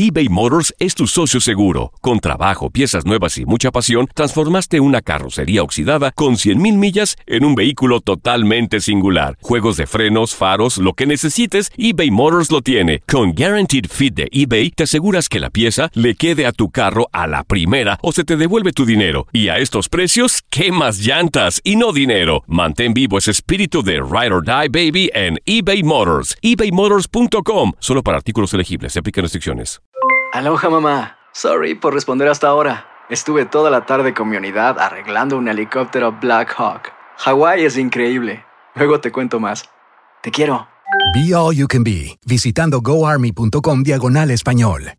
eBay Motors es tu socio seguro. Con trabajo, piezas nuevas y mucha pasión, transformaste una carrocería oxidada con 100,000 millas en un vehículo totalmente singular. Juegos de frenos, faros, lo que necesites, eBay Motors lo tiene. Con Guaranteed Fit de eBay, te aseguras que la pieza le quede a tu carro a la primera o se te devuelve tu dinero. Y a estos precios, ¿qué más llantas y no dinero? Mantén vivo ese espíritu de Ride or Die, baby, en eBay Motors. ebaymotors.com. Solo para artículos elegibles. Se aplican restricciones. Aloha, mamá. Sorry por responder hasta ahora. Estuve toda la tarde con mi unidad arreglando un helicóptero Black Hawk. Hawái es increíble. Luego te cuento más. Te quiero. Be All You Can Be, visitando goarmy.com/español.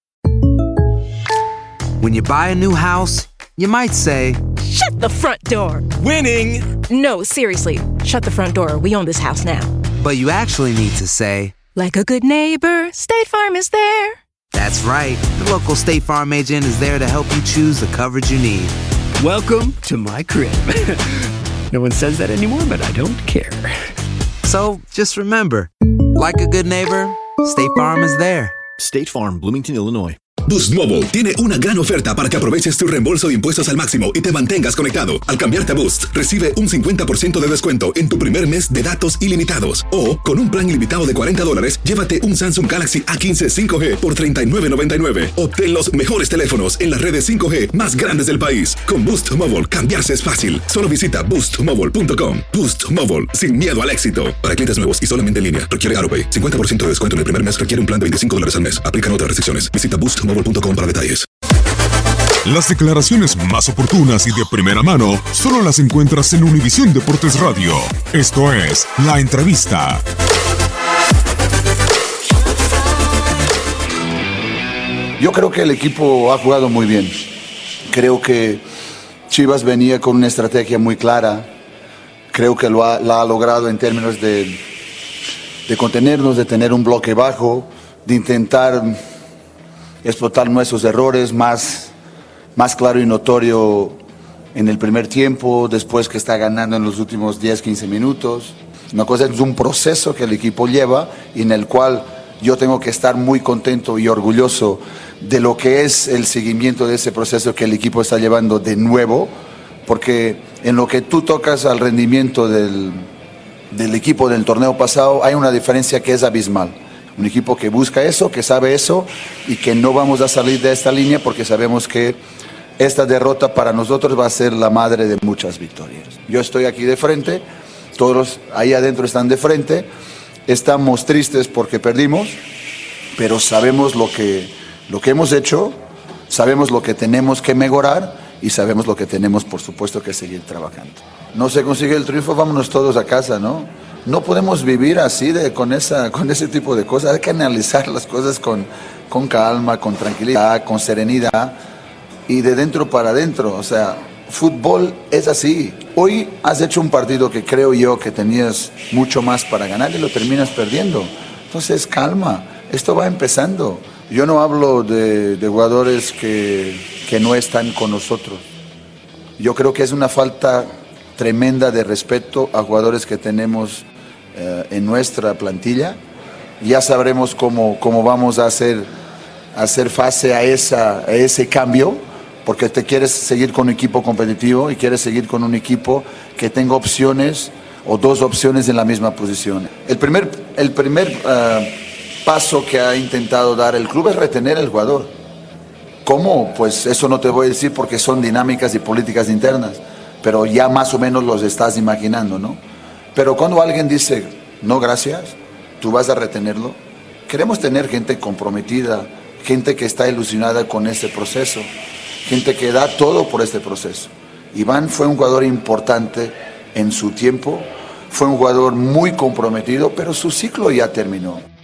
When you buy a new house, you might say, "Shut the front door!" Winning! No, seriously. Shut the front door. We own this house now. but you actually need to say, like a good neighbor, State Farm is there. That's right. The local State Farm agent is there to help you choose the coverage you need. Welcome to my crib. No one says that anymore, but I don't care. So just remember, like a good neighbor, State Farm is there. State Farm, Bloomington, Illinois. Boost Mobile tiene una gran oferta para que aproveches tu reembolso de impuestos al máximo y te mantengas conectado. Al cambiarte a Boost, recibe un 50% de descuento en tu primer mes de datos ilimitados. O, con un plan ilimitado de $40, llévate un Samsung Galaxy A15 5G por $39.99. Obtén los mejores teléfonos en las redes 5G más grandes del país. Con Boost Mobile, cambiarse es fácil. Solo visita boostmobile.com. Boost Mobile, sin miedo al éxito. Para clientes nuevos y solamente en línea, requiere AroPay. 50% de descuento en el primer mes requiere un plan de $25 al mes. Aplican otras restricciones. Visita boostmobile.com para detalles. Las declaraciones más oportunas y de primera mano solo las encuentras en Univisión Deportes Radio. Esto es La Entrevista. Yo creo que el equipo ha jugado muy bien. Creo que Chivas venía con una estrategia muy clara. Creo que la ha logrado en términos de contenernos, de tener un bloque bajo, de intentar explotar nuestros errores más claro y notorio en el primer tiempo, después que está ganando en los últimos 10, 15 minutos. Una cosa es un proceso que el equipo lleva y en el cual yo tengo que estar muy contento y orgulloso de lo que es el seguimiento de ese proceso que el equipo está llevando de nuevo, porque en lo que tú tocas al rendimiento del equipo del torneo pasado hay una diferencia que es abismal. Un equipo que busca eso, que sabe eso y que no vamos a salir de esta línea porque sabemos que esta derrota para nosotros va a ser la madre de muchas victorias. Yo estoy aquí de frente, todos ahí adentro están de frente, estamos tristes porque perdimos, pero sabemos lo que hemos hecho, sabemos lo que tenemos que mejorar y sabemos lo que tenemos, por supuesto, que seguir trabajando. No se consigue el triunfo, vámonos todos a casa, ¿no? No podemos vivir así con ese tipo de cosas. Hay que analizar las cosas con calma, con tranquilidad, con serenidad y de dentro para adentro. O sea, fútbol es así. Hoy has hecho un partido que creo yo que tenías mucho más para ganar y lo terminas perdiendo. Entonces, calma, esto va empezando. Yo no hablo de jugadores que no están con nosotros. Yo creo que es una falta tremenda de respeto a jugadores que tenemos en nuestra plantilla. Ya sabremos cómo vamos a hacer face a ese cambio, porque te quieres seguir con un equipo competitivo y quieres seguir con un equipo que tenga opciones o dos opciones en la misma posición. El primer paso que ha intentado dar el club es retener al jugador. ¿Cómo? Pues eso no te voy a decir porque son dinámicas y políticas internas, pero ya más o menos los estás imaginando, ¿no? Pero cuando alguien dice, no, gracias, tú vas a retenerlo. Queremos tener gente comprometida, gente que está ilusionada con este proceso, gente que da todo por este proceso. Iván fue un jugador importante en su tiempo, fue un jugador muy comprometido, pero su ciclo ya terminó.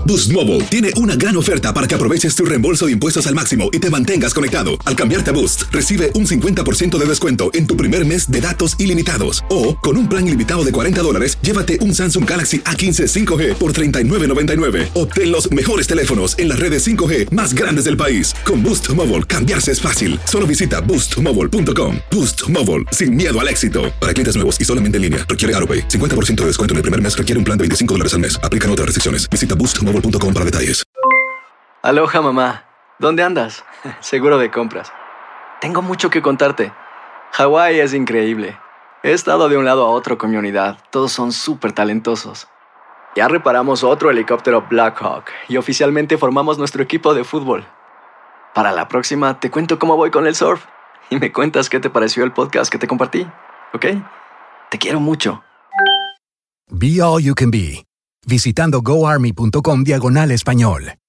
Boost Mobile tiene una gran oferta para que aproveches tu reembolso de impuestos al máximo y te mantengas conectado. Al cambiarte a Boost, recibe un 50% de descuento en tu primer mes de datos ilimitados. O, con un plan ilimitado de $40, llévate un Samsung Galaxy A15 5G por $39.99. Obtén los mejores teléfonos en las redes 5G más grandes del país. Con Boost Mobile, cambiarse es fácil. Solo visita boostmobile.com. Boost Mobile, sin miedo al éxito. Para clientes nuevos y solamente en línea, requiere AutoPay. 50% de descuento en el primer mes, requiere un plan de $25 al mes. Aplican otras restricciones. Visita boostmobile.com para detalles. Aloha, mamá. ¿Dónde andas? Seguro de compras. Tengo mucho que contarte. Hawái es increíble. He estado de un lado a otro con mi unidad. Todos son súper talentosos. Ya reparamos otro helicóptero Black Hawk y oficialmente formamos nuestro equipo de fútbol. Para la próxima te cuento cómo voy con el surf y me cuentas qué te pareció el podcast que te compartí, ¿ok? Te quiero mucho. Be All You Can Be, visitando goarmy.com/español.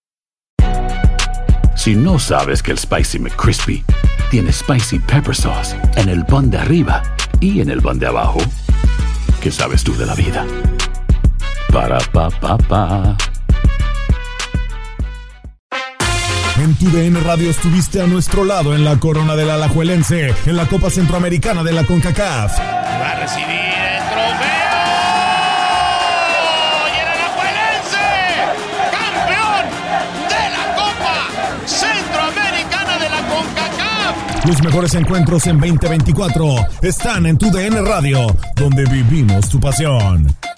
Si no sabes que el Spicy McCrispy tiene Spicy Pepper Sauce en el pan de arriba y en el pan de abajo, ¿qué sabes tú de la vida? Para, pa, pa, pa. En tu DN Radio estuviste a nuestro lado en la corona del Alajuelense, en la Copa Centroamericana de la CONCACAF. Va a recibir el trofeo. Y el Alajuelense, campeón de la Copa Centroamericana de la CONCACAF. Los mejores encuentros en 2024 están en tu DN Radio, donde vivimos tu pasión.